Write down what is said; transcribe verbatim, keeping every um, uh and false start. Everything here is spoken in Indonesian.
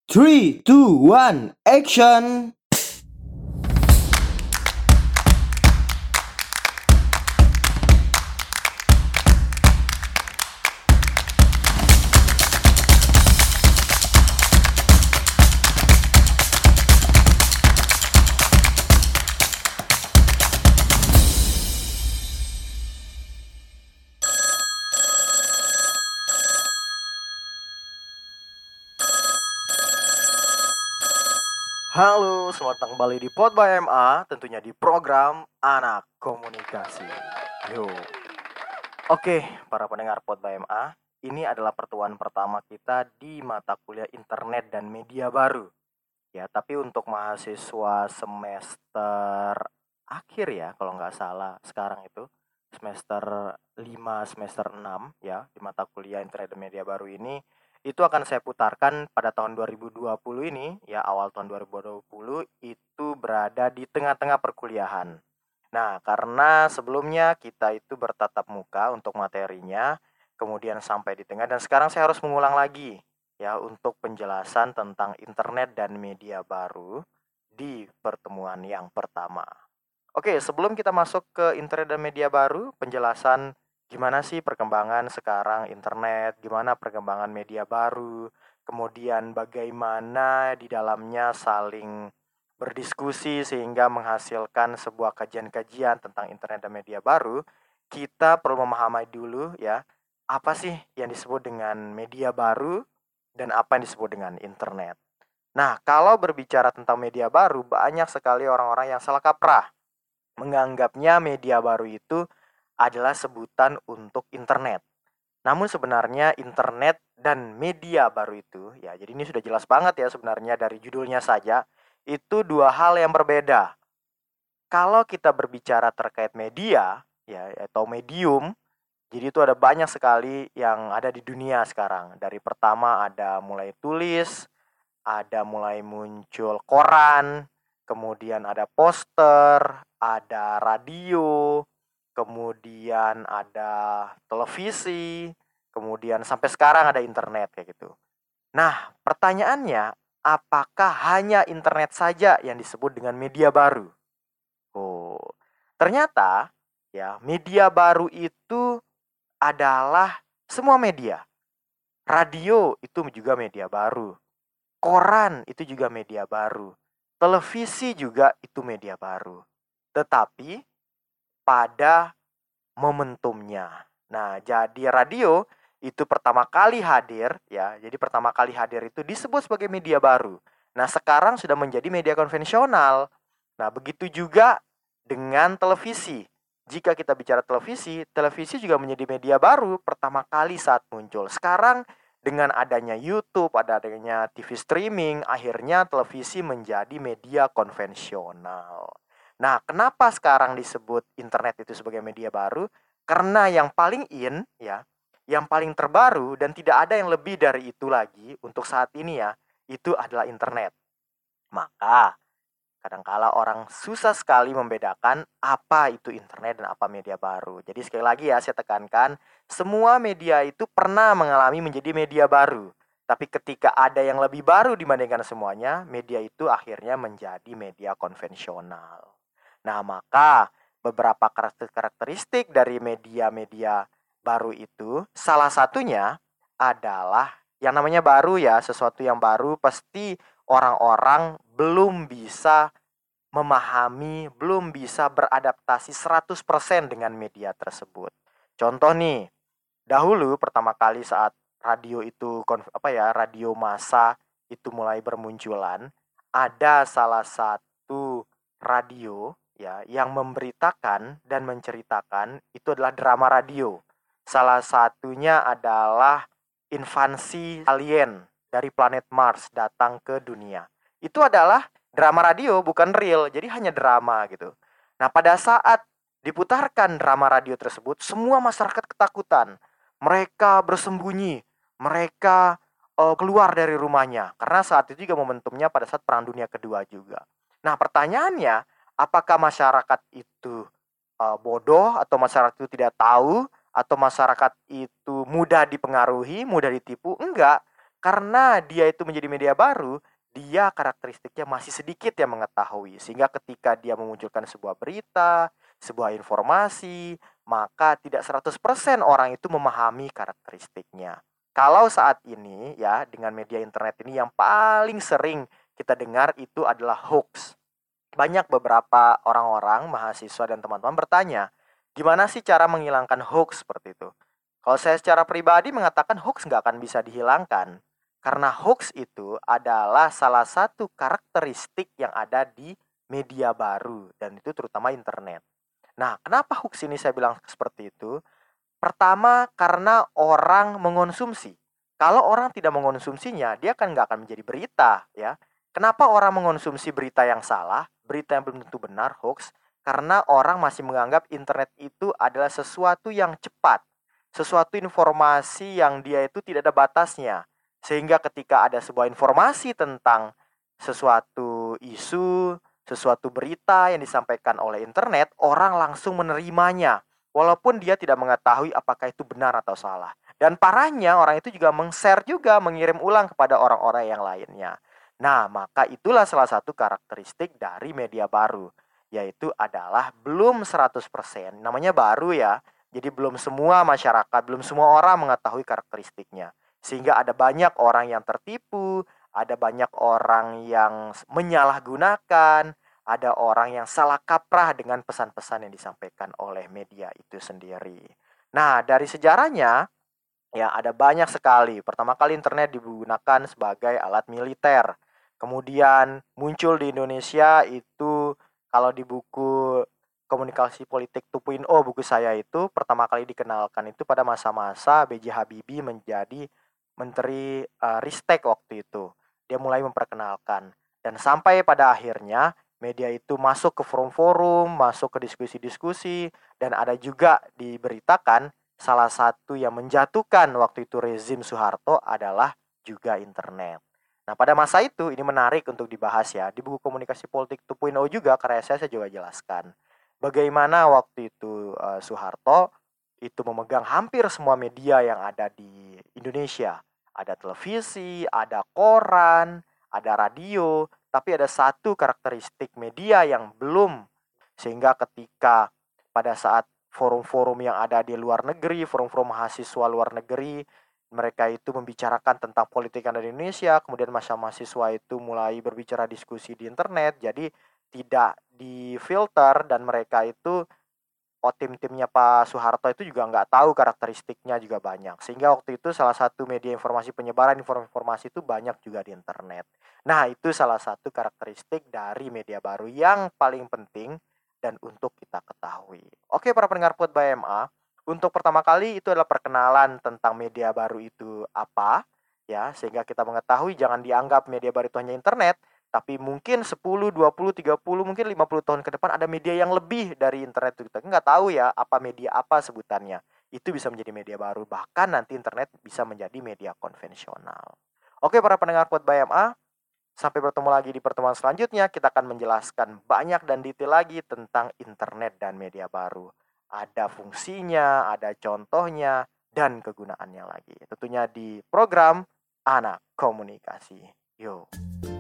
three, two, one, action! Halo, selamat datang kembali di Pod by M A, tentunya di program Anak Komunikasi. Yo. Oke, para pendengar Pod by M A, ini adalah pertemuan pertama kita di mata kuliah Internet dan Media Baru. Ya, tapi untuk mahasiswa semester akhir ya, kalau nggak salah sekarang itu semester lima, semester enam ya, di mata kuliah Internet dan Media Baru ini itu akan saya putarkan pada tahun dua ribu dua puluh ini ya, awal tahun dua ribu dua puluh itu berada di tengah-tengah perkuliahan. Nah, karena sebelumnya kita itu bertatap muka untuk materinya, kemudian sampai di tengah dan sekarang saya harus mengulang lagi ya untuk penjelasan tentang internet dan media baru di pertemuan yang pertama. Oke, sebelum kita masuk ke internet dan media baru, penjelasan gimana sih perkembangan sekarang internet, gimana perkembangan media baru, kemudian bagaimana di dalamnya saling berdiskusi sehingga menghasilkan sebuah kajian-kajian tentang internet dan media baru, kita perlu memahami dulu ya, apa sih yang disebut dengan media baru dan apa yang disebut dengan internet. Nah, kalau berbicara tentang media baru, banyak sekali orang-orang yang salah kaprah menganggapnya media baru itu adalah sebutan untuk internet. Namun sebenarnya internet dan media baru itu, ya jadi ini sudah jelas banget ya sebenarnya dari judulnya saja, itu dua hal yang berbeda. Kalau kita berbicara terkait media, ya atau medium, jadi itu ada banyak sekali yang ada di dunia sekarang. Dari pertama ada mulai tulis, ada mulai muncul koran, kemudian ada poster, ada radio, kemudian ada televisi, kemudian sampai sekarang ada internet kayak gitu. Nah, pertanyaannya, apakah hanya internet saja yang disebut dengan media baru? Oh, ternyata ya media baru itu adalah semua media. Radio itu juga media baru. Koran itu juga media baru. Televisi juga itu media baru. Tetapi pada momentumnya. Nah, jadi radio itu pertama kali hadir ya. Jadi pertama kali hadir itu disebut sebagai media baru. Nah, sekarang sudah menjadi media konvensional. Nah, begitu juga dengan televisi. Jika kita bicara televisi, televisi juga menjadi media baru pertama kali saat muncul. Sekarang dengan adanya YouTube, ada adanya T V streaming, akhirnya televisi menjadi media konvensional. Nah, kenapa sekarang disebut internet itu sebagai media baru? Karena yang paling in, ya, yang paling terbaru dan tidak ada yang lebih dari itu lagi untuk saat ini ya, itu adalah internet. Maka kadangkala orang susah sekali membedakan apa itu internet dan apa media baru. Jadi sekali lagi ya saya tekankan, semua media itu pernah mengalami menjadi media baru. Tapi ketika ada yang lebih baru dibandingkan semuanya, media itu akhirnya menjadi media konvensional. Nah, maka beberapa karakteristik dari media-media baru itu, salah satunya adalah yang namanya baru ya, sesuatu yang baru pasti orang-orang belum bisa memahami, belum bisa beradaptasi seratus persen dengan media tersebut. Contoh nih, dahulu pertama kali saat radio itu apa ya, radio massa itu mulai bermunculan, ada salah satu radio ya yang memberitakan dan menceritakan itu adalah drama radio. Salah satunya adalah invasi alien dari planet Mars datang ke dunia. Itu adalah drama radio, bukan real, jadi hanya drama gitu. Nah, pada saat diputarkan drama radio tersebut, semua masyarakat ketakutan. Mereka bersembunyi, mereka uh, keluar dari rumahnya karena saat itu juga momentumnya pada saat Perang Dunia Kedua juga. Nah, pertanyaannya, apakah masyarakat itu uh, bodoh atau masyarakat itu tidak tahu atau masyarakat itu mudah dipengaruhi, mudah ditipu? Enggak, karena dia itu menjadi media baru, dia karakteristiknya masih sedikit yang mengetahui. Sehingga ketika dia memunculkan sebuah berita, sebuah informasi, maka tidak seratus persen orang itu memahami karakteristiknya. Kalau saat ini ya, dengan media internet ini yang paling sering kita dengar itu adalah hoax. Banyak beberapa orang-orang, mahasiswa dan teman-teman bertanya, gimana sih cara menghilangkan hoax seperti itu? Kalau saya secara pribadi mengatakan hoax nggak akan bisa dihilangkan. Karena hoax itu adalah salah satu karakteristik yang ada di media baru. Dan itu terutama internet. Nah, kenapa hoax ini saya bilang seperti itu? Pertama, karena orang mengonsumsi. Kalau orang tidak mengonsumsinya, dia kan nggak akan menjadi berita, ya. Kenapa orang mengonsumsi berita yang salah, berita yang belum tentu benar, hoax? Karena orang masih menganggap internet itu adalah sesuatu yang cepat, sesuatu informasi yang dia itu tidak ada batasnya. Sehingga ketika ada sebuah informasi tentang sesuatu isu, sesuatu berita yang disampaikan oleh internet, orang langsung menerimanya walaupun dia tidak mengetahui apakah itu benar atau salah. Dan parahnya orang itu juga meng-share juga, mengirim ulang kepada orang-orang yang lainnya. Nah, maka itulah salah satu karakteristik dari media baru, yaitu adalah belum seratus persen, namanya baru ya. Jadi belum semua masyarakat, belum semua orang mengetahui karakteristiknya. Sehingga ada banyak orang yang tertipu, ada banyak orang yang menyalahgunakan, ada orang yang salah kaprah dengan pesan-pesan yang disampaikan oleh media itu sendiri. Nah, dari sejarahnya, ya ada banyak sekali. Pertama kali internet digunakan sebagai alat militer. Kemudian muncul di Indonesia itu kalau di buku Komunikasi Politik dua titik nol buku saya itu pertama kali dikenalkan itu pada masa-masa B J Habibie menjadi Menteri uh, Ristek waktu itu. Dia mulai memperkenalkan dan sampai pada akhirnya media itu masuk ke forum-forum, masuk ke diskusi-diskusi, dan ada juga diberitakan salah satu yang menjatuhkan waktu itu rezim Soeharto adalah juga internet. Nah, pada masa itu ini menarik untuk dibahas ya. Di buku Komunikasi Politik dua titik nol juga karya saya, saya juga jelaskan bagaimana waktu itu uh, Soeharto itu memegang hampir semua media yang ada di Indonesia. Ada televisi, ada koran, ada radio, tapi ada satu karakteristik media yang belum. Sehingga ketika pada saat forum-forum yang ada di luar negeri, forum-forum mahasiswa luar negeri, mereka itu membicarakan tentang politik yang ada di Indonesia, kemudian masa mahasiswa itu mulai berbicara diskusi di internet, jadi tidak difilter dan mereka itu oh tim-timnya Pak Soeharto itu juga nggak tahu karakteristiknya juga banyak. Sehingga waktu itu salah satu media informasi penyebaran informasi itu banyak juga di internet. Nah, itu salah satu karakteristik dari media baru yang paling penting dan untuk kita ketahui. Oke, para pendengar Pod by M A, untuk pertama kali itu adalah perkenalan tentang media baru itu apa, ya, sehingga kita mengetahui jangan dianggap media baru itu hanya internet, tapi mungkin sepuluh, dua puluh, tiga puluh, mungkin lima puluh tahun ke depan ada media yang lebih dari internet itu. Kita nggak tahu ya apa media apa sebutannya. Itu bisa menjadi media baru. Bahkan nanti internet bisa menjadi media konvensional. Oke para pendengar Pod by M A, sampai bertemu lagi di pertemuan selanjutnya. Kita akan menjelaskan banyak dan detail lagi tentang internet dan media baru. Ada fungsinya, ada contohnya, dan kegunaannya lagi. Tentunya di program Anak Komunikasi. Yo.